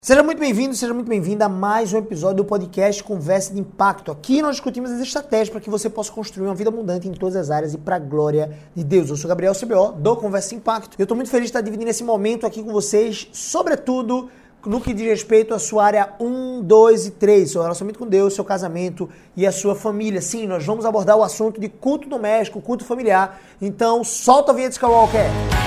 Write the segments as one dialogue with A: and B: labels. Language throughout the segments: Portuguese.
A: Seja muito bem-vindo, seja muito bem-vinda a mais um episódio do podcast Conversa de Impacto. Aqui nós discutimos as estratégias para que você possa construir uma vida abundante em todas as áreas e para a glória de Deus. Eu sou Gabriel CBO, do Conversa de Impacto. Eu estou muito feliz de estar dividindo esse momento aqui com vocês, sobretudo no que diz respeito à sua área 1, 2 e 3, seu relacionamento com Deus, seu casamento e a sua família. Sim, nós vamos abordar o assunto de culto doméstico, culto familiar. Então, solta a vinheta Skywalker!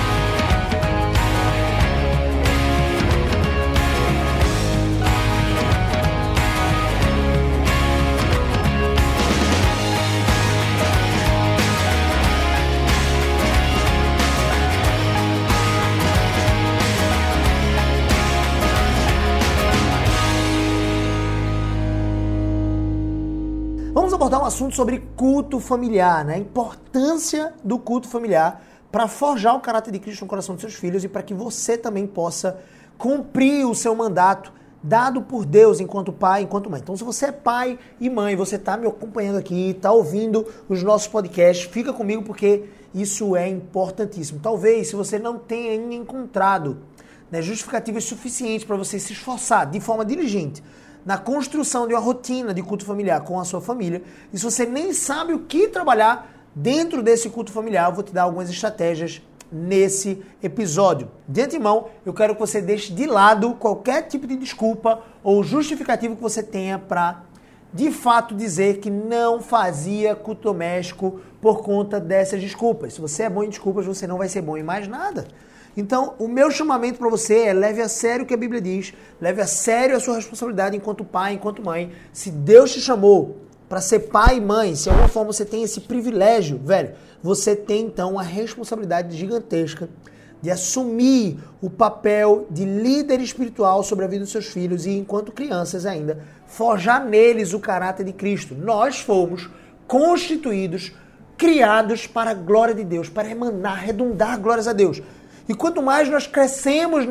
A: Vamos abordar um assunto sobre culto familiar, né? A importância do culto familiar para forjar o caráter de Cristo no coração dos seus filhos e para que você também possa cumprir o seu mandato dado por Deus enquanto pai, enquanto mãe. Então, se você é pai e mãe, você está me acompanhando aqui, está ouvindo os nossos podcasts, fica comigo porque isso é importantíssimo. Talvez, se você não tenha ainda encontrado justificativas suficientes para você se esforçar de forma diligente na construção de uma rotina de culto familiar com a sua família, e se você nem sabe o que trabalhar dentro desse culto familiar, eu vou te dar algumas estratégias nesse episódio. De antemão, eu quero que você deixe de lado qualquer tipo de desculpa ou justificativo que você tenha para, de fato, dizer que não fazia culto doméstico por conta dessas desculpas. Se você é bom em desculpas, você não vai ser bom em mais nada. Então, o meu chamamento para você é leve a sério o que a Bíblia diz, leve a sério a sua responsabilidade enquanto pai, enquanto mãe. Se Deus te chamou para ser pai e mãe, se de alguma forma você tem esse privilégio, velho, você tem então uma responsabilidade gigantesca de assumir o papel de líder espiritual sobre a vida dos seus filhos e, enquanto crianças ainda, forjar neles o caráter de Cristo. Nós fomos constituídos, criados para a glória de Deus, para emanar, redundar glórias a Deus. E quanto mais nós crescemos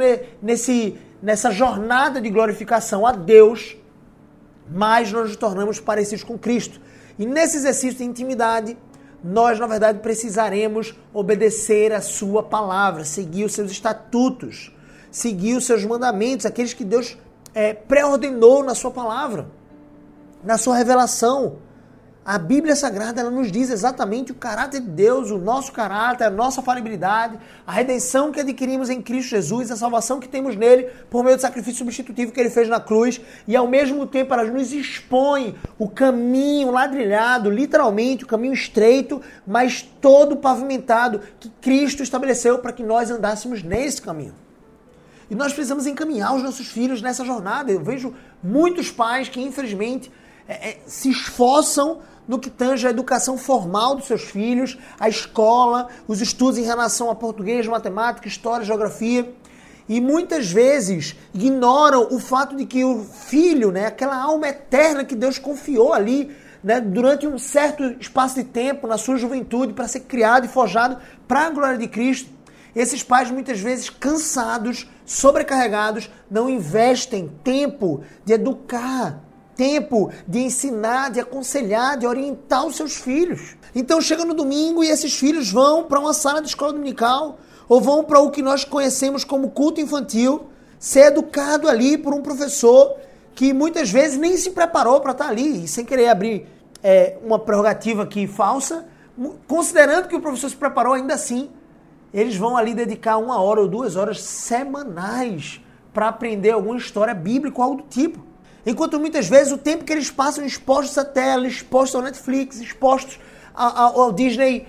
A: nessa jornada de glorificação a Deus, mais nós nos tornamos parecidos com Cristo. E nesse exercício de intimidade, nós, na verdade, precisaremos obedecer a sua palavra, seguir os seus estatutos, seguir os seus mandamentos, aqueles que Deus pré-ordenou na sua palavra, na sua revelação. A Bíblia Sagrada, ela nos diz exatamente o caráter de Deus, o nosso caráter, a nossa falibilidade, a redenção que adquirimos em Cristo Jesus, a salvação que temos nele por meio do sacrifício substitutivo que ele fez na cruz, e ao mesmo tempo ela nos expõe o caminho ladrilhado, literalmente o caminho estreito, mas todo pavimentado, que Cristo estabeleceu para que nós andássemos nesse caminho. E nós precisamos encaminhar os nossos filhos nessa jornada. Eu vejo muitos pais que, infelizmente, se esforçam no que tange a educação formal dos seus filhos, a escola, os estudos em relação a português, matemática, história, geografia, e muitas vezes ignoram o fato de que o filho, aquela alma eterna que Deus confiou ali, durante um certo espaço de tempo, na sua juventude, para ser criado e forjado para a glória de Cristo, esses pais muitas vezes cansados, sobrecarregados, não investem tempo de educar, tempo de ensinar, de aconselhar, de orientar os seus filhos. Então chega no domingo e esses filhos vão para uma sala de escola dominical ou vão para o que nós conhecemos como culto infantil, ser educado ali por um professor que muitas vezes nem se preparou para estar ali, e sem querer abrir uma prerrogativa aqui falsa, considerando que o professor se preparou ainda assim, eles vão ali dedicar 1 hora ou 2 horas semanais para aprender alguma história bíblica ou algo do tipo. Enquanto muitas vezes o tempo que eles passam expostos à tela, expostos ao Netflix, expostos ao Disney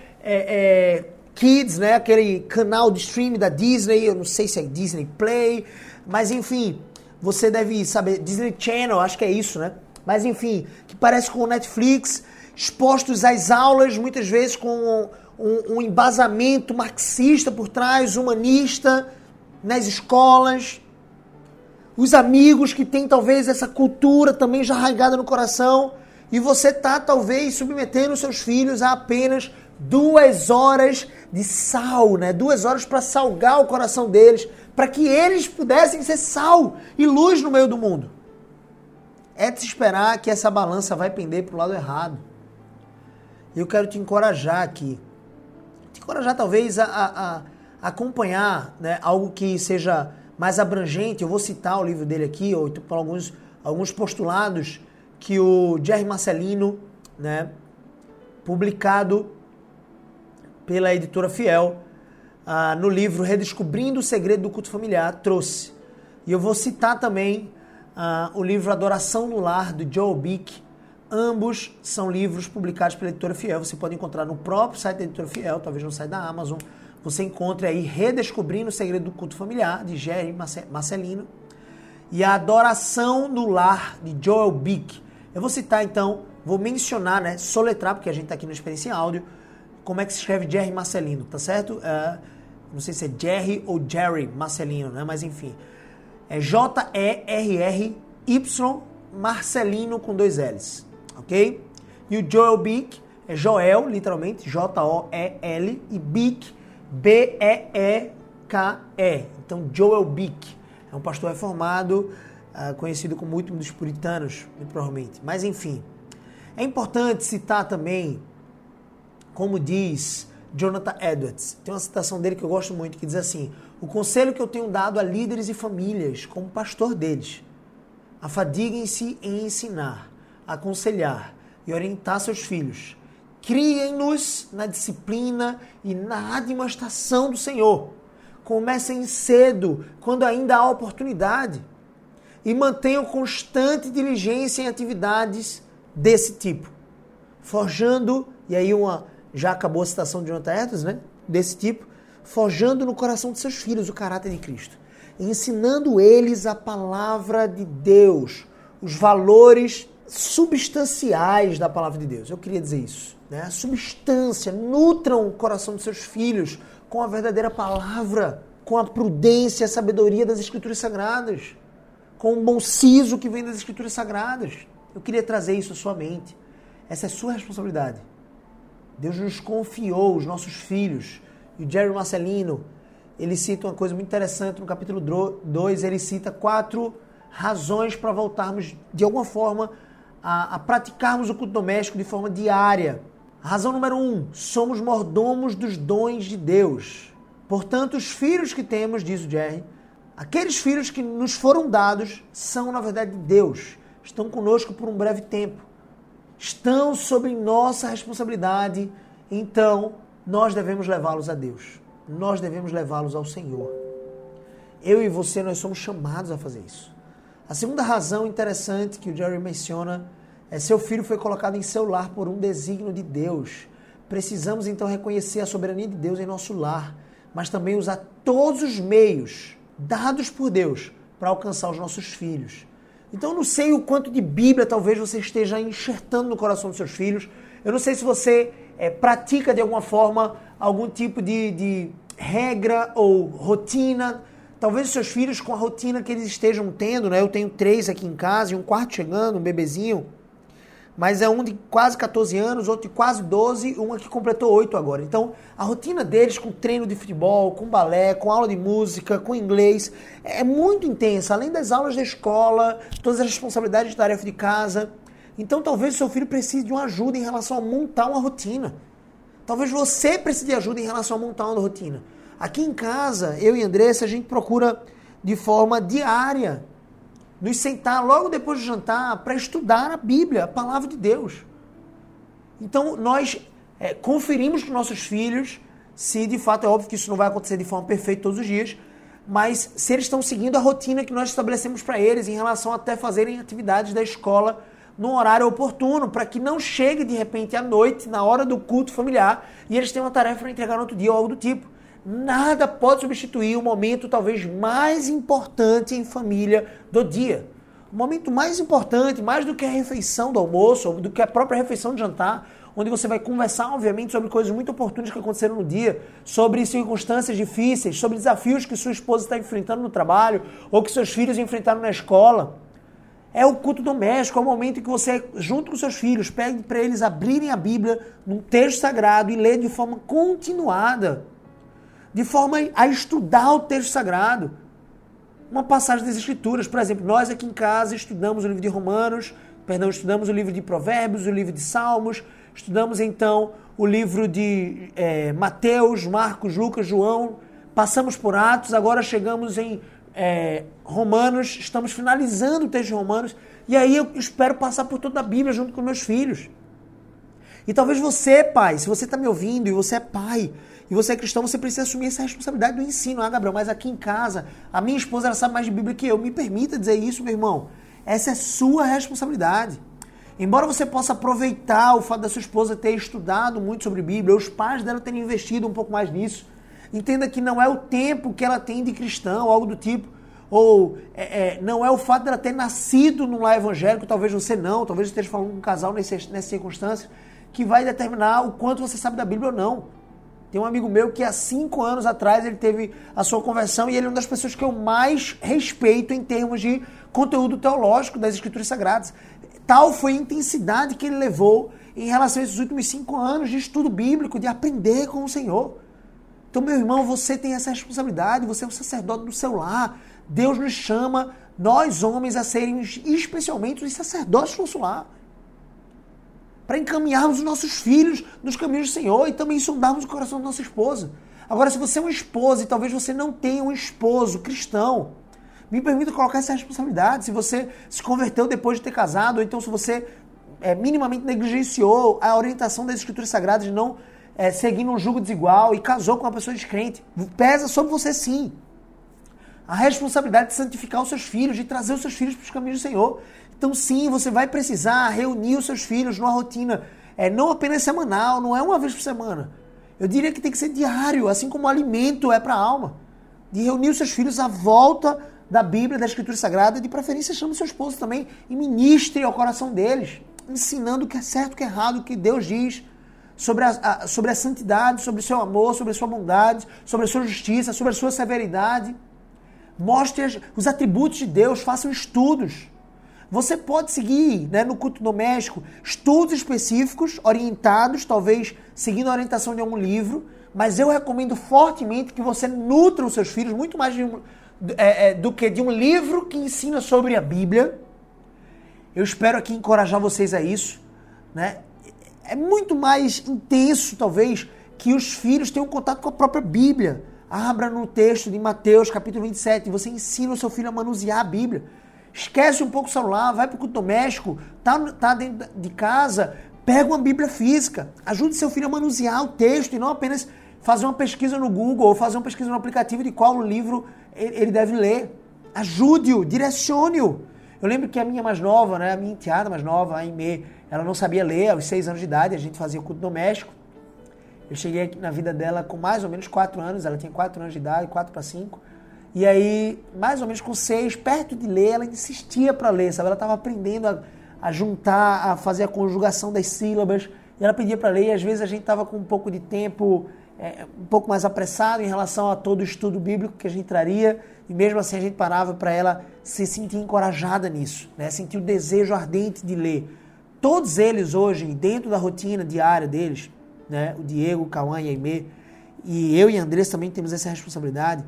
A: Kids, aquele canal de streaming da Disney, eu não sei se é Disney Play, mas enfim, você deve saber, Disney Channel, acho que é isso, Mas enfim, que parece com o Netflix, expostos às aulas, muitas vezes com um embasamento marxista por trás, humanista, nas escolas. Os amigos que têm talvez essa cultura também já arraigada no coração, e você está talvez submetendo os seus filhos a apenas 2 horas de sal, 2 horas para salgar o coração deles, para que eles pudessem ser sal e luz no meio do mundo. É de se esperar que essa balança vai pender para o lado errado. Eu quero te encorajar aqui. Te encorajar talvez a acompanhar algo que seja mais abrangente, eu vou citar o livro dele aqui, ou por alguns postulados que o Jerry Marcelino, né, publicado pela editora Fiel, no livro Redescobrindo o Segredo do Culto Familiar, trouxe. E eu vou citar também o livro Adoração no Lar, do Joel Bick. Ambos são livros publicados pela editora Fiel. Você pode encontrar no próprio site da editora Fiel, talvez no site da Amazon. Você encontra aí Redescobrindo o Segredo do Culto Familiar, de Jerry Marcelino. E a Adoração no Lar, de Joel Bick. Eu vou citar então, vou mencionar, né, soletrar, porque a gente está aqui no Experiência em Áudio, como é que se escreve Jerry Marcelino, tá certo? Não sei se é Jerry ou Jerry Marcelino, né? Mas enfim. É Jerry Marcelino com 2 L's, ok? E o Joel Bick é Joel, literalmente, Joel, e Bick, Beeke. Então, Joel Bick é um pastor reformado, conhecido como o último dos puritanos, muito provavelmente. Mas enfim, é importante citar também, como diz Jonathan Edwards, tem uma citação dele que eu gosto muito, que diz assim: o conselho que eu tenho dado a líderes e famílias, como pastor deles, afadiguem-se em ensinar, aconselhar e orientar seus filhos. Criem-nos na disciplina e na admoestação do Senhor. Comecem cedo, quando ainda há oportunidade. E mantenham constante diligência em atividades desse tipo. Forjando, e aí já acabou a citação de Jonathan Edwards, né? Desse tipo, forjando no coração de seus filhos o caráter de Cristo, ensinando eles a palavra de Deus, os valores substanciais da palavra de Deus. Eu queria dizer isso, né? A substância, nutram o coração de seus filhos com a verdadeira palavra, com a prudência e a sabedoria das Escrituras Sagradas, com o bom siso que vem das Escrituras Sagradas. Eu queria trazer isso à sua mente. Essa é a sua responsabilidade. Deus nos confiou os nossos filhos. E o Jerry Marcelino, ele cita uma coisa muito interessante no capítulo 2, ele cita 4 razões para voltarmos, de alguma forma, a praticarmos o culto doméstico de forma diária. A razão número 1, somos mordomos dos dons de Deus. Portanto, os filhos que temos, diz o Jerry, aqueles filhos que nos foram dados, são, na verdade, de Deus. Estão conosco por um breve tempo. Estão sob nossa responsabilidade, então nós devemos levá-los a Deus. Nós devemos levá-los ao Senhor. Eu e você, nós somos chamados a fazer isso. A segunda razão interessante que o Jerry menciona é: seu filho foi colocado em seu lar por um desígnio de Deus. Precisamos então reconhecer a soberania de Deus em nosso lar, mas também usar todos os meios dados por Deus para alcançar os nossos filhos. Então eu não sei o quanto de Bíblia talvez você esteja enxertando no coração dos seus filhos. Eu não sei se você pratica de alguma forma algum tipo de regra ou rotina. Talvez os seus filhos, com a rotina que eles estejam tendo, né? Eu tenho 3 aqui em casa e um quarto chegando, um bebezinho. Mas é um de quase 14 anos, outro de quase 12, um que completou 8 agora. Então, a rotina deles com treino de futebol, com balé, com aula de música, com inglês, é muito intensa. Além das aulas da escola, todas as responsabilidades de tarefa de casa. Então, talvez o seu filho precise de uma ajuda em relação a montar uma rotina. Talvez você precise de ajuda em relação a montar uma rotina. Aqui em casa, eu e Andressa, a gente procura de forma diária nos sentar logo depois do jantar para estudar a Bíblia, a palavra de Deus. Então, nós conferimos com nossos filhos se, de fato, é óbvio que isso não vai acontecer de forma perfeita todos os dias, mas se eles estão seguindo a rotina que nós estabelecemos para eles em relação a até fazerem atividades da escola no horário oportuno, para que não chegue, de repente, à noite, na hora do culto familiar, e eles tenham uma tarefa para entregar no outro dia ou algo do tipo. Nada pode substituir o momento talvez mais importante em família do dia. O momento mais importante, mais do que a refeição do almoço, ou do que a própria refeição de jantar, onde você vai conversar, obviamente, sobre coisas muito oportunas que aconteceram no dia, sobre circunstâncias difíceis, sobre desafios que sua esposa está enfrentando no trabalho, ou que seus filhos enfrentaram na escola. É o culto doméstico, é o momento em que você, junto com seus filhos, pede para eles abrirem a Bíblia num texto sagrado e ler de forma continuada, de forma a estudar o texto sagrado. Uma passagem das Escrituras, por exemplo, nós aqui em casa estudamos o livro de estudamos o livro de Provérbios, o livro de Salmos, estudamos então o livro de Mateus, Marcos, Lucas, João, passamos por Atos, agora chegamos em Romanos, estamos finalizando o texto de Romanos, e aí eu espero passar por toda a Bíblia junto com meus filhos. E talvez você, pai, se você está me ouvindo e você é pai, e você é cristão, você precisa assumir essa responsabilidade do ensino. Ah, Gabriel, mas aqui em casa, a minha esposa ela sabe mais de Bíblia que eu. Me permita dizer isso, meu irmão. Essa é sua responsabilidade. Embora você possa aproveitar o fato da sua esposa ter estudado muito sobre Bíblia, os pais dela terem investido um pouco mais nisso, entenda que não é o tempo que ela tem de cristão, algo do tipo, ou não é o fato dela ter nascido num lar evangélico, talvez você não, talvez você esteja falando com um casal nessa circunstância, que vai determinar o quanto você sabe da Bíblia ou não. Tem um amigo meu que há 5 anos atrás ele teve a sua conversão e ele é uma das pessoas que eu mais respeito em termos de conteúdo teológico das Escrituras Sagradas. Tal foi a intensidade que ele levou em relação a esses últimos 5 anos de estudo bíblico, de aprender com o Senhor. Então, meu irmão, você tem essa responsabilidade, você é um sacerdote do seu lar. Deus nos chama, nós homens, a sermos especialmente os sacerdotes do nosso lar, para encaminharmos os nossos filhos nos caminhos do Senhor e também sondarmos o coração da nossa esposa. Agora, se você é uma esposa e talvez você não tenha um esposo cristão, me permita colocar essa responsabilidade. Se você se converteu depois de ter casado, ou então se você minimamente negligenciou a orientação das Escrituras Sagradas de não seguir um jugo desigual e casou com uma pessoa descrente, pesa sobre você sim a responsabilidade de santificar os seus filhos, de trazer os seus filhos para os caminhos do Senhor. Então sim, você vai precisar reunir os seus filhos numa rotina, não apenas semanal, não é uma vez por semana. Eu diria que tem que ser diário, assim como o alimento é para a alma. De reunir os seus filhos à volta da Bíblia, da Escritura Sagrada, de preferência chame seu esposo também e ministre ao coração deles, ensinando o que é certo, o que é errado, o que Deus diz sobre a santidade, sobre o seu amor, sobre a sua bondade, sobre a sua justiça, sobre a sua severidade. Mostre os atributos de Deus, façam estudos. Você pode seguir, no culto doméstico, estudos específicos, orientados, talvez seguindo a orientação de algum livro, mas eu recomendo fortemente que você nutra os seus filhos muito mais do que de um livro que ensina sobre a Bíblia. Eu espero aqui encorajar vocês a isso. É muito mais intenso, talvez, que os filhos tenham contato com a própria Bíblia. Abra no texto de Mateus, capítulo 27, e você ensina o seu filho a manusear a Bíblia. Esquece um pouco o celular, vai para o culto doméstico, tá dentro de casa, pega uma Bíblia física, ajude seu filho a manusear o texto e não apenas fazer uma pesquisa no Google ou fazer uma pesquisa no aplicativo de qual livro ele deve ler. Ajude-o, direcione-o. Eu lembro que a minha mais nova, a minha enteada mais nova, a Aimee, ela não sabia ler aos 6 anos de idade, a gente fazia culto doméstico. Eu cheguei aqui na vida dela com mais ou menos 4 anos, ela tinha 4 anos de idade, 4 para 5. E aí, mais ou menos com 6, perto de ler, ela insistia para ler, sabe? Ela estava aprendendo a juntar, a fazer a conjugação das sílabas, e ela pedia para ler, e às vezes a gente estava com um pouco de tempo, um pouco mais apressado em relação a todo o estudo bíblico que a gente traria, e mesmo assim a gente parava para ela se sentir encorajada nisso, sentir o desejo ardente de ler. Todos eles hoje, dentro da rotina diária deles, o Diego, o Cauã e a Aimee, e eu e a Andressa também temos essa responsabilidade,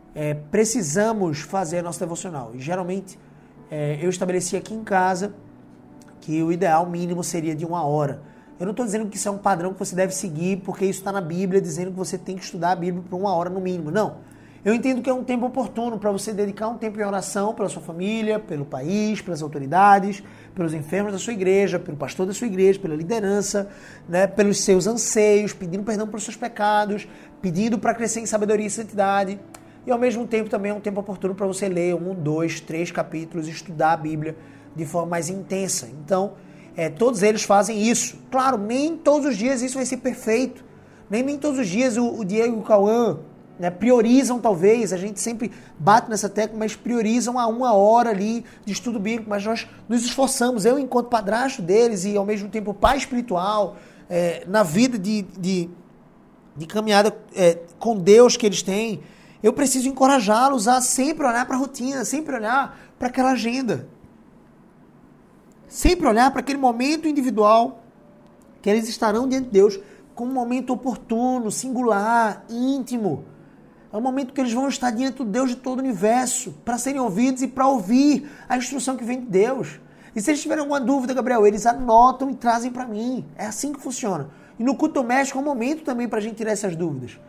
A: precisamos fazer nosso devocional. E geralmente eu estabeleci aqui em casa que o ideal mínimo seria de 1 hora. Eu não estou dizendo que isso é um padrão que você deve seguir, porque isso está na Bíblia, dizendo que você tem que estudar a Bíblia por 1 hora no mínimo. Não. Eu entendo que é um tempo oportuno para você dedicar um tempo em oração pela sua família, pelo país, pelas autoridades, pelos enfermos da sua igreja, pelo pastor da sua igreja, pela liderança, pelos seus anseios, pedindo perdão pelos seus pecados, pedindo para crescer em sabedoria e santidade. E ao mesmo tempo também é um tempo oportuno para você ler 1, 2, 3 capítulos, estudar a Bíblia de forma mais intensa. Então, todos eles fazem isso. Claro, nem todos os dias isso vai ser perfeito. Nem todos os dias o Diego e o Cauã priorizam, talvez, a gente sempre bate nessa tecla, mas priorizam a 1 hora ali de estudo bíblico, mas nós nos esforçamos, eu enquanto padrasto deles e ao mesmo tempo pai espiritual, na vida de caminhada com Deus que eles têm, eu preciso encorajá-los a sempre olhar para a rotina, sempre olhar para aquela agenda, sempre olhar para aquele momento individual que eles estarão diante de Deus como um momento oportuno, singular, íntimo. É um momento que eles vão estar diante do Deus de todo o universo, para serem ouvidos e para ouvir a instrução que vem de Deus. E se eles tiverem alguma dúvida, Gabriel, eles anotam e trazem para mim. É assim que funciona. E no culto doméstico é um momento também para a gente tirar essas dúvidas.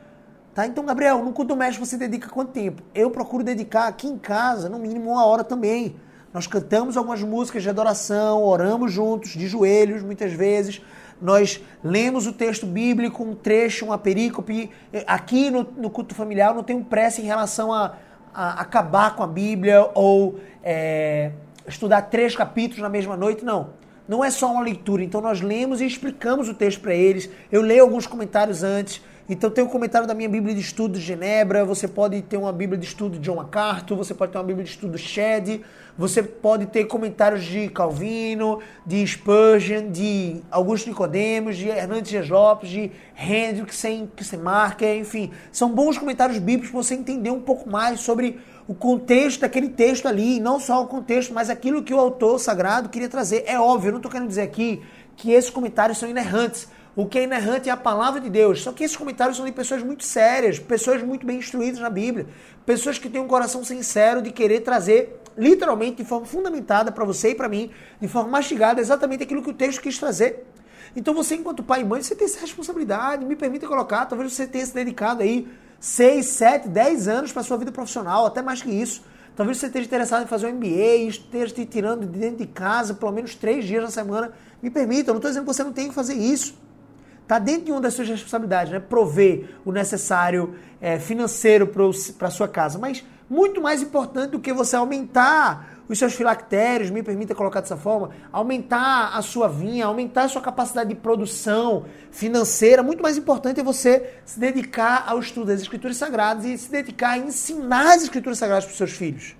A: Tá? Então, Gabriel, no culto doméstico você dedica quanto tempo? Eu procuro dedicar aqui em casa, no mínimo 1 hora também. Nós cantamos algumas músicas de adoração, oramos juntos, de joelhos, muitas vezes. Nós lemos o texto bíblico, um trecho, uma perícope. Aqui no culto familiar eu não tenho pressa em relação a acabar com a Bíblia ou estudar 3 capítulos na mesma noite, não. Não é só uma leitura. Então nós lemos e explicamos o texto para eles. Eu leio alguns comentários antes. Então tem um comentário da minha Bíblia de Estudo de Genebra, você pode ter uma Bíblia de Estudo de John MacArthur, você pode ter uma Bíblia de Estudo Shedd, você pode ter comentários de Calvino, de Spurgeon, de Augusto Nicodemos, de Hernandes Dias Lopes, de Hendrickson, Marker, enfim. São bons comentários bíblicos para você entender um pouco mais sobre o contexto daquele texto ali, e não só o contexto, mas aquilo que o autor sagrado queria trazer. É óbvio, eu não estou querendo dizer aqui que esses comentários são inerrantes. O que é inerrante é a palavra de Deus. Só que esses comentários são de pessoas muito sérias, pessoas muito bem instruídas na Bíblia, pessoas que têm um coração sincero de querer trazer, literalmente, de forma fundamentada para você e para mim, de forma mastigada, exatamente aquilo que o texto quis trazer. Então você, enquanto pai e mãe, você tem essa responsabilidade, me permita colocar, talvez você tenha se dedicado aí 6, 7, 10 anos para a sua vida profissional, até mais que isso. Talvez você esteja interessado em fazer um MBA, esteja te tirando de dentro de casa pelo menos 3 dias na semana. Me permita, eu não estou dizendo que você não tem que fazer isso. Está dentro de uma das suas responsabilidades, né? Prover o necessário financeiro para a sua casa. Mas muito mais importante do que você aumentar os seus filactérios, me permita colocar dessa forma, aumentar a sua vinha, aumentar a sua capacidade de produção financeira, muito mais importante é você se dedicar ao estudo das Escrituras Sagradas e se dedicar a ensinar as Escrituras Sagradas para os seus filhos.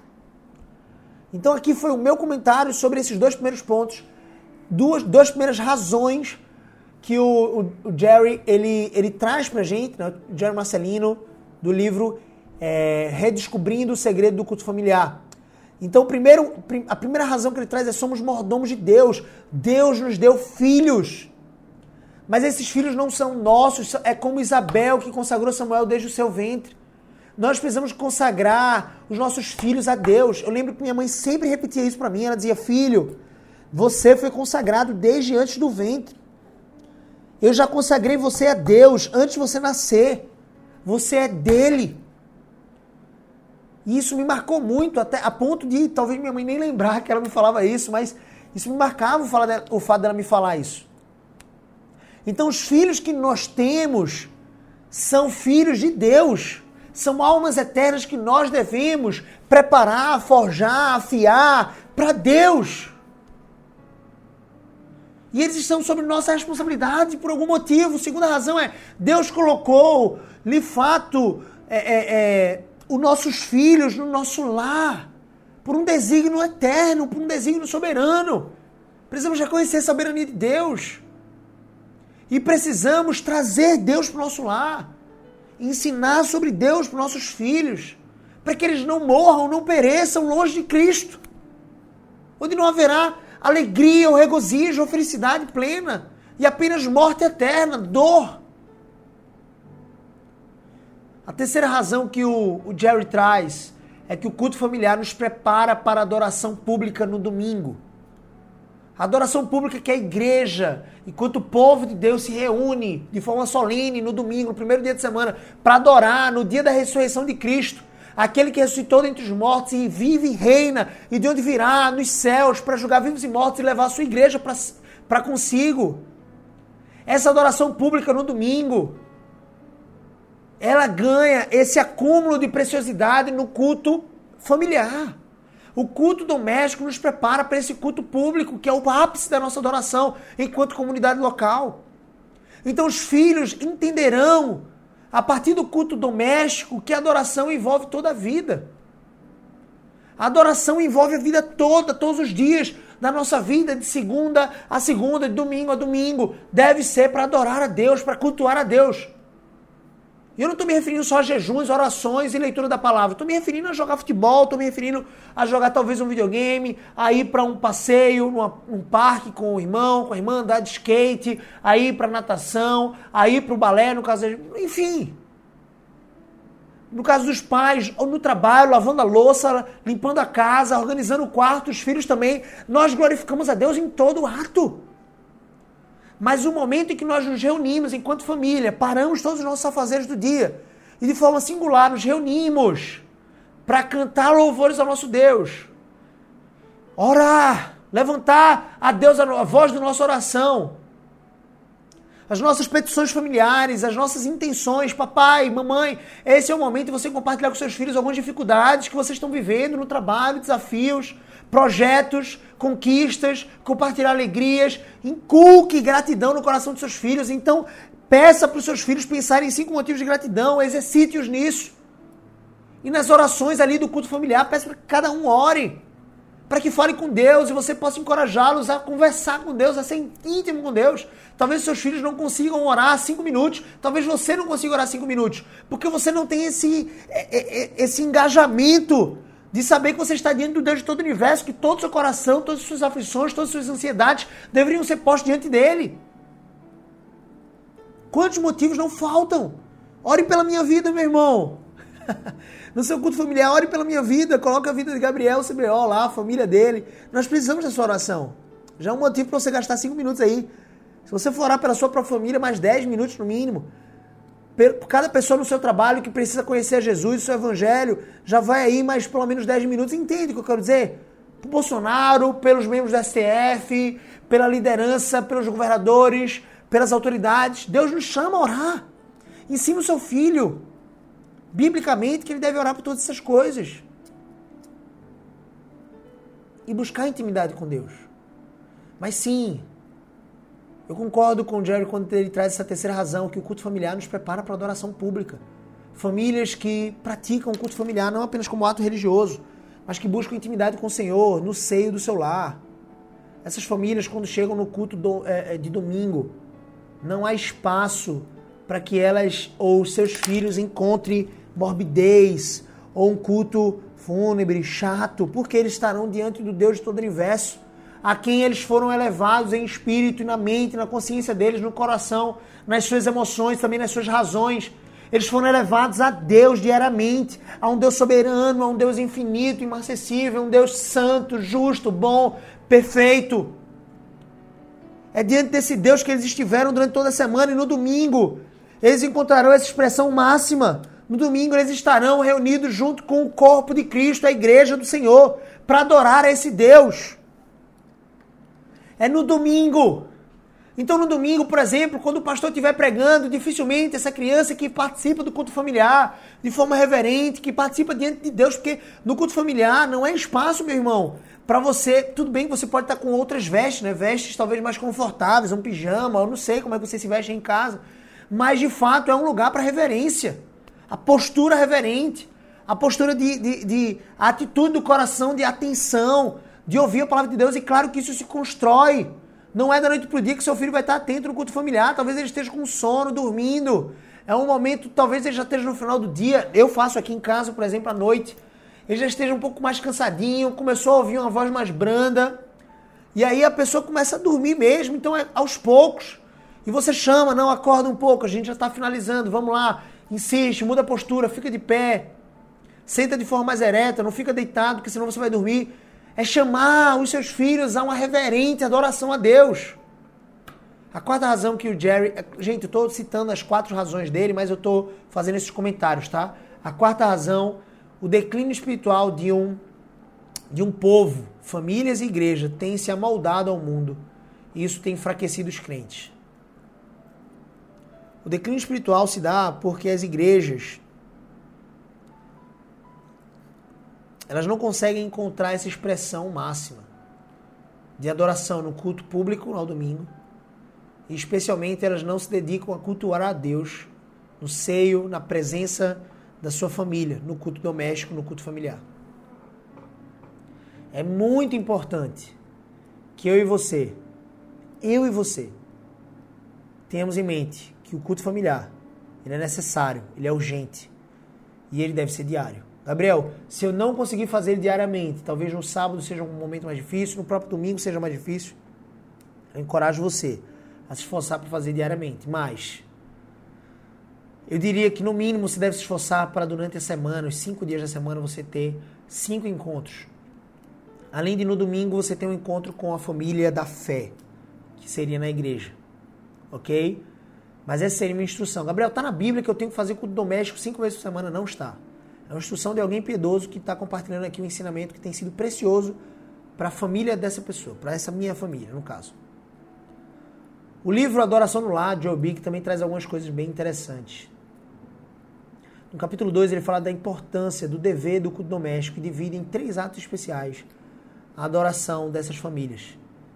A: Então aqui foi o meu comentário sobre esses 2 primeiros pontos, duas primeiras razões que o Jerry ele traz pra gente, né? O Jerry Marcelino, do livro Redescobrindo o Segredo do Culto Familiar. Então, a primeira razão que ele traz é: somos mordomos de Deus. Deus nos deu filhos. Mas esses filhos não são nossos, é como Isabel, que consagrou Samuel desde o seu ventre. Nós precisamos consagrar os nossos filhos a Deus. Eu lembro que minha mãe sempre repetia isso pra mim, ela dizia: filho, você foi consagrado desde antes do ventre. Eu já consagrei você a Deus antes de você nascer. Você é dele. E isso me marcou muito, até a ponto de talvez minha mãe nem lembrar que ela me falava isso, mas isso me marcava o fato dela me falar isso. Então os filhos que nós temos são filhos de Deus. São almas eternas que nós devemos preparar, forjar, afiar para Deus. E eles estão sob nossa responsabilidade por algum motivo. Segunda razão é: Deus colocou, de fato, os nossos filhos no nosso lar, por um desígnio eterno, por um desígnio soberano. Precisamos reconhecer a soberania de Deus. E precisamos trazer Deus para o nosso lar. Ensinar sobre Deus para os nossos filhos, para que eles não morram, não pereçam longe de Cristo. Onde não haverá alegria, ou regozijo, ou felicidade plena, e apenas morte eterna, dor. A terceira razão que o Jerry traz é que o culto familiar nos prepara para a adoração pública no domingo. A adoração pública que a igreja, enquanto o povo de Deus se reúne de forma solene no domingo, no primeiro dia de semana, para adorar no dia da ressurreição de Cristo, aquele que ressuscitou dentre os mortos e vive e reina, e de onde virá nos céus para julgar vivos e mortos e levar a sua igreja para consigo. Essa adoração pública no domingo, ela ganha esse acúmulo de preciosidade no culto familiar. O culto doméstico nos prepara para esse culto público, que é o ápice da nossa adoração enquanto comunidade local. Então os filhos entenderão, a partir do culto doméstico, que a adoração envolve toda a vida. A adoração envolve a vida toda, todos os dias da nossa vida, de segunda a segunda, de domingo a domingo. Deve ser para adorar a Deus, para cultuar a Deus. E eu não estou me referindo só a jejuns, orações e leitura da palavra. Estou me referindo a jogar futebol, estou me referindo a jogar talvez um videogame, a ir para um passeio, num parque com o irmão, com a irmã, andar de skate, a ir para natação, a ir para o balé, no caso, enfim. No caso dos pais, ou no trabalho, lavando a louça, limpando a casa, organizando o quarto, os filhos também. Nós glorificamos a Deus em todo ato. mas o momento em que nós nos reunimos enquanto família, paramos todos os nossos afazeres do dia e de forma singular nos reunimos para cantar louvores ao nosso Deus, orar, levantar a Deus a voz da nossa oração, as nossas petições familiares, as nossas intenções, papai, mamãe. Esse é o momento de você compartilhar com seus filhos algumas dificuldades que vocês estão vivendo no trabalho, desafios, projetos, conquistas, compartilhar alegrias, inculque gratidão no coração dos seus filhos. Então, peça para os seus filhos pensarem em 5 motivos de gratidão, exercite-os nisso. E nas orações ali do culto familiar, peça para que cada um ore, para que fale com Deus e você possa encorajá-los a conversar com Deus, a ser íntimo com Deus. Talvez seus filhos não consigam orar 5 minutos, talvez você não consiga orar 5 minutos, porque você não tem esse engajamento de saber que você está diante do Deus de todo o universo, que todo o seu coração, todas as suas aflições, todas as suas ansiedades deveriam ser postos diante dele. Quantos motivos não faltam? Ore pela minha vida, meu irmão. No seu culto familiar, ore pela minha vida, coloque a vida de Gabriel CBO lá, a família dele. Nós precisamos da sua oração. Já é um motivo para você gastar 5 minutos aí. Se você for orar pela sua própria família, mais 10 minutos no mínimo. Por cada pessoa no seu trabalho que precisa conhecer a Jesus, o seu evangelho, já vai aí mais pelo menos 10 minutos. Entende o que eu quero dizer? Por Bolsonaro, pelos membros do STF, pela liderança, pelos governadores, pelas autoridades. Deus nos chama a orar. Ensina o seu filho, biblicamente, que ele deve orar por todas essas coisas. E buscar intimidade com Deus. Mas sim, eu concordo com o Jerry quando ele traz essa terceira razão, que o culto familiar nos prepara para a adoração pública. Famílias que praticam o culto familiar não apenas como ato religioso, mas que buscam intimidade com o Senhor no seio do seu lar. Essas famílias, quando chegam no culto de domingo, não há espaço para que elas ou seus filhos encontrem morbidez ou um culto fúnebre, chato, porque eles estarão diante do Deus de todo o universo, a quem eles foram elevados em espírito e na mente, na consciência deles, no coração, nas suas emoções, também nas suas razões. Eles foram elevados a Deus diariamente, a um Deus soberano, a um Deus infinito, inacessível, um Deus santo, justo, bom, perfeito. É diante desse Deus que eles estiveram durante toda a semana, e no domingo eles encontrarão essa expressão máxima. No domingo eles estarão reunidos junto com o corpo de Cristo, a igreja do Senhor, para adorar a esse Deus. É no domingo. Então no domingo, por exemplo, quando o pastor estiver pregando, dificilmente essa criança que participa do culto familiar de forma reverente, que participa diante de Deus, porque no culto familiar não é espaço, meu irmão, para você, tudo bem que você pode estar com outras vestes, né? Vestes talvez mais confortáveis, um pijama, eu não sei como é que você se veste em casa, mas de fato é um lugar para reverência. A postura reverente, a postura a atitude do coração de atenção, de ouvir a palavra de Deus, e claro que isso se constrói. Não é da noite pro dia que seu filho vai estar atento no culto familiar, talvez ele esteja com sono, dormindo. É um momento, talvez ele já esteja no final do dia, eu faço aqui em casa, por exemplo, à noite, ele já esteja um pouco mais cansadinho, começou a ouvir uma voz mais branda, e aí a pessoa começa a dormir mesmo, então é aos poucos. E você chama, não, acorda um pouco, a gente já está finalizando, vamos lá, insiste, muda a postura, fica de pé, senta de forma mais ereta, não fica deitado, porque senão você vai dormir. É chamar os seus filhos a uma reverente adoração a Deus. A quarta razão que o Jerry... Gente, eu estou citando as 4 razões dele, mas eu estou fazendo esses comentários, tá? A quarta razão, o declínio espiritual de um povo, famílias e igreja, tem se amoldado ao mundo. E isso tem enfraquecido os crentes. O declínio espiritual se dá porque as igrejas, elas não conseguem encontrar essa expressão máxima de adoração no culto público ao domingo, e especialmente elas não se dedicam a cultuar a Deus no seio, na presença da sua família, no culto doméstico, no culto familiar. É muito importante que eu e você, tenhamos em mente que o culto familiar, ele é necessário, ele é urgente e ele deve ser diário. Gabriel, se eu não conseguir fazer ele diariamente, talvez no sábado seja um momento mais difícil, no próprio domingo seja mais difícil, eu encorajo você a se esforçar para fazer diariamente. Mas eu diria que no mínimo você deve se esforçar para durante a semana, os 5 dias da semana, você ter 5 encontros. Além de no domingo você ter um encontro com a família da fé, que seria na igreja. ok? Mas essa seria minha instrução. Gabriel, está na Bíblia que eu tenho que fazer culto doméstico 5 vezes por semana? Não está. É uma instrução de alguém piedoso que está compartilhando aqui um ensinamento que tem sido precioso para a família dessa pessoa, para essa minha família, no caso. O livro Adoração no Lar, de Joel Bick, também traz algumas coisas bem interessantes. No capítulo 2, ele fala da importância do dever do culto doméstico e divide em 3 atos especiais a adoração dessas famílias.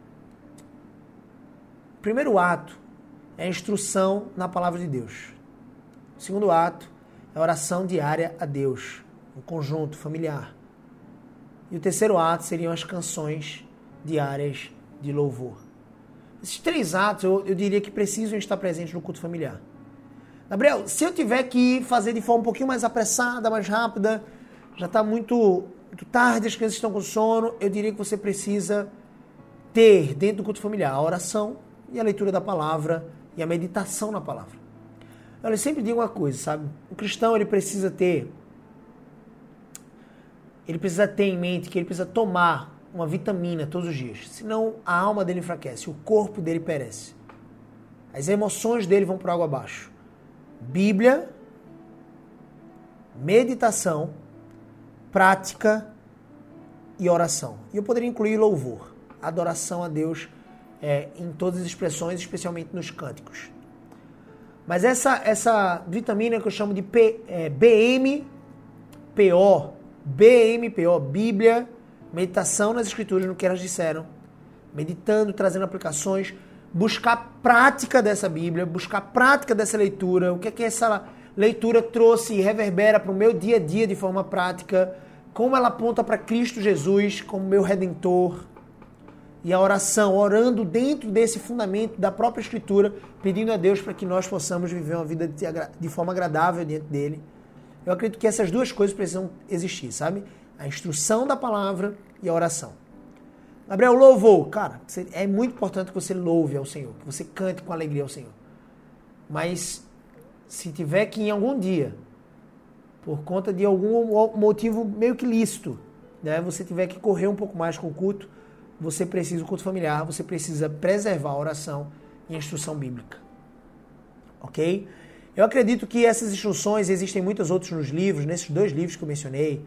A: O primeiro ato é a instrução na palavra de Deus. O segundo ato é a oração diária a Deus, um conjunto familiar. E o terceiro ato seriam as canções diárias de louvor. Esses 3 atos eu diria que precisam estar presentes no culto familiar. Gabriel, se eu tiver que fazer de forma um pouquinho mais apressada, mais rápida, já está muito tarde, as crianças estão com sono, eu diria que você precisa ter dentro do culto familiar a oração e a leitura da palavra e a meditação na palavra. Eu sempre digo uma coisa, sabe? O cristão, ele precisa ter em mente que ele precisa tomar uma vitamina todos os dias, senão a alma dele enfraquece, o corpo dele perece. As emoções dele vão por água abaixo. Bíblia, meditação, prática e oração. E eu poderia incluir louvor, adoração a Deus em todas as expressões, especialmente nos cânticos. Mas essa vitamina que eu chamo de BMPO, Bíblia, meditação nas Escrituras, no que elas disseram, meditando, trazendo aplicações, buscar prática dessa Bíblia, buscar prática dessa leitura, o que é que essa leitura trouxe e reverbera para o meu dia a dia de forma prática, como ela aponta para Cristo Jesus como meu Redentor, e a oração, orando dentro desse fundamento da própria Escritura, pedindo a Deus para que nós possamos viver uma vida de forma agradável diante dele. Eu acredito que essas 2 coisas precisam existir, sabe? A instrução da palavra e a oração. Gabriel, louvor. Cara, é muito importante que você louve ao Senhor, que você cante com alegria ao Senhor. Mas se tiver que em algum dia, por conta de algum motivo meio que lícito, né, você tiver que correr um pouco mais com o culto, você precisa do culto familiar, você precisa preservar a oração e a instrução bíblica. Ok? Eu acredito que essas instruções, existem muitas outras nos livros, nesses 2 livros que eu mencionei,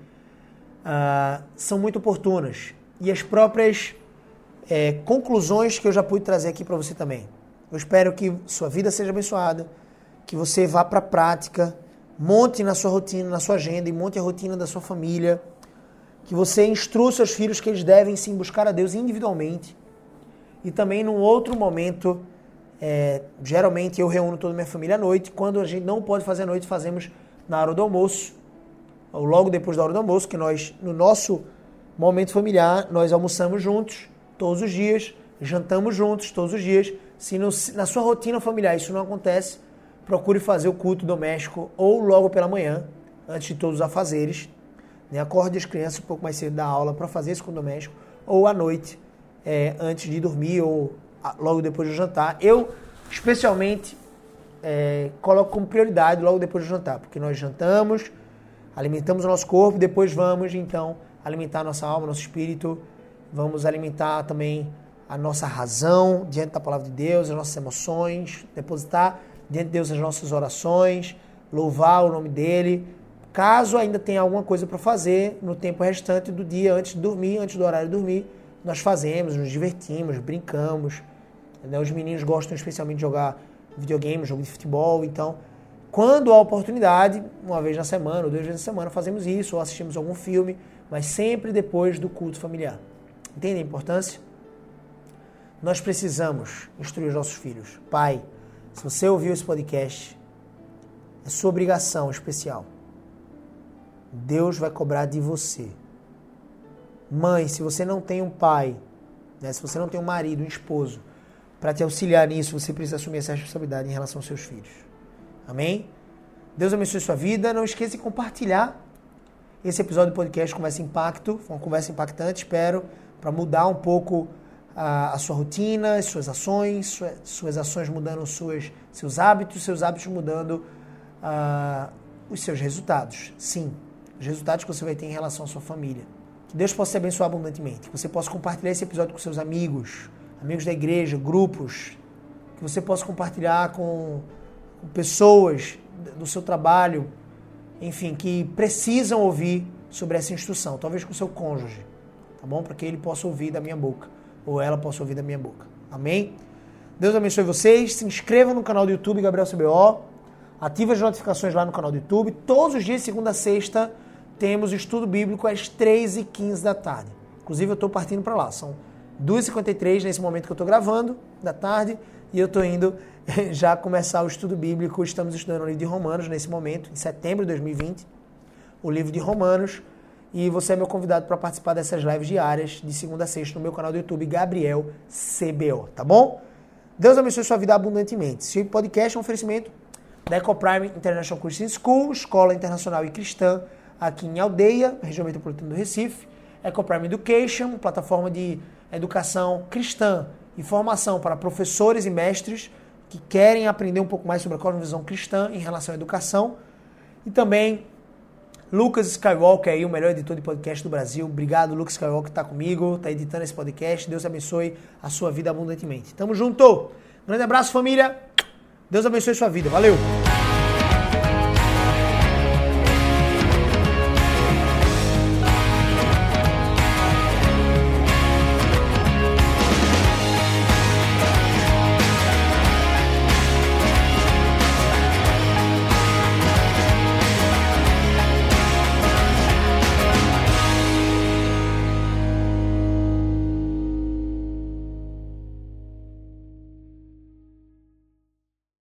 A: são muito oportunas. E as próprias conclusões que eu já pude trazer aqui para você também. Eu espero que sua vida seja abençoada, que você vá para a prática, monte na sua rotina, na sua agenda e monte a rotina da sua família, que você instrua seus filhos que eles devem sim buscar a Deus individualmente. E também num outro momento, geralmente eu reúno toda a minha família à noite. Quando a gente não pode fazer à noite, fazemos na hora do almoço, ou logo depois da hora do almoço, que nós, no nosso momento familiar, nós almoçamos juntos todos os dias, jantamos juntos todos os dias. Se na sua rotina familiar isso não acontece, procure fazer o culto doméstico ou logo pela manhã, antes de todos os afazeres. Acorde as crianças um pouco mais cedo da aula para fazer esse culto doméstico, ou à noite, antes de dormir, ou logo depois do jantar. Eu, especialmente, coloco como prioridade logo depois do jantar, porque nós jantamos, alimentamos o nosso corpo, depois vamos, então, alimentar a nossa alma, nosso espírito, vamos alimentar também a nossa razão diante da palavra de Deus, as nossas emoções, depositar diante de Deus as nossas orações, louvar o nome dele. Caso ainda tenha alguma coisa para fazer no tempo restante do dia, antes de dormir, antes do horário de dormir, nós fazemos, nos divertimos, brincamos. Os meninos gostam especialmente de jogar videogame, jogo de futebol, então, quando há oportunidade, uma vez na semana ou 2 vezes na semana, fazemos isso, ou assistimos algum filme, mas sempre depois do culto familiar. Entende a importância? Nós precisamos instruir os nossos filhos. Pai, se você ouviu esse podcast, é sua obrigação especial. Deus vai cobrar de você. Mãe, se você não tem um pai, se você não tem um marido, um esposo, para te auxiliar nisso, você precisa assumir essa responsabilidade em relação aos seus filhos. Amém? Deus abençoe sua vida. Não esqueça de compartilhar esse episódio do podcast Conversa Impacto. Foi uma conversa impactante, espero, para mudar um pouco a sua rotina, as suas ações mudando seus hábitos mudando os seus resultados. Sim, os resultados que você vai ter em relação à sua família. Que Deus possa te abençoar abundantemente. Que você possa compartilhar esse episódio com seus amigos da igreja, grupos, que você possa compartilhar com pessoas do seu trabalho, enfim, que precisam ouvir sobre essa instrução, talvez com o seu cônjuge, tá bom? Para que ele possa ouvir da minha boca, ou ela possa ouvir da minha boca. Amém? Deus abençoe vocês. Se inscrevam no canal do YouTube Gabriel CBO. Ative as notificações lá no canal do YouTube. Todos os dias, segunda a sexta, temos estudo bíblico às 3h15 da tarde. Inclusive, eu estou partindo para lá. São 2h53 nesse momento que eu estou gravando, da tarde, e eu estou indo já começar o estudo bíblico. Estamos estudando o livro de Romanos nesse momento, em setembro de 2020, o livro de Romanos. E você é meu convidado para participar dessas lives diárias, de segunda a sexta, no meu canal do YouTube, Gabriel CBO, tá bom? Deus abençoe sua vida abundantemente. Esse podcast é um oferecimento da Ecoprime International Christian School, escola internacional e cristã, aqui em Aldeia, região metropolitana do Recife. Ecoprime Education, plataforma de educação cristã e formação para professores e mestres que querem aprender um pouco mais sobre a cosmovisão cristã em relação à educação. E também Lucas Skywalker, aí, o melhor editor de podcast do Brasil. Obrigado, Lucas Skywalker, que está comigo, está editando esse podcast. Deus abençoe a sua vida abundantemente. Tamo junto! Grande abraço, família! Deus abençoe sua vida. Valeu!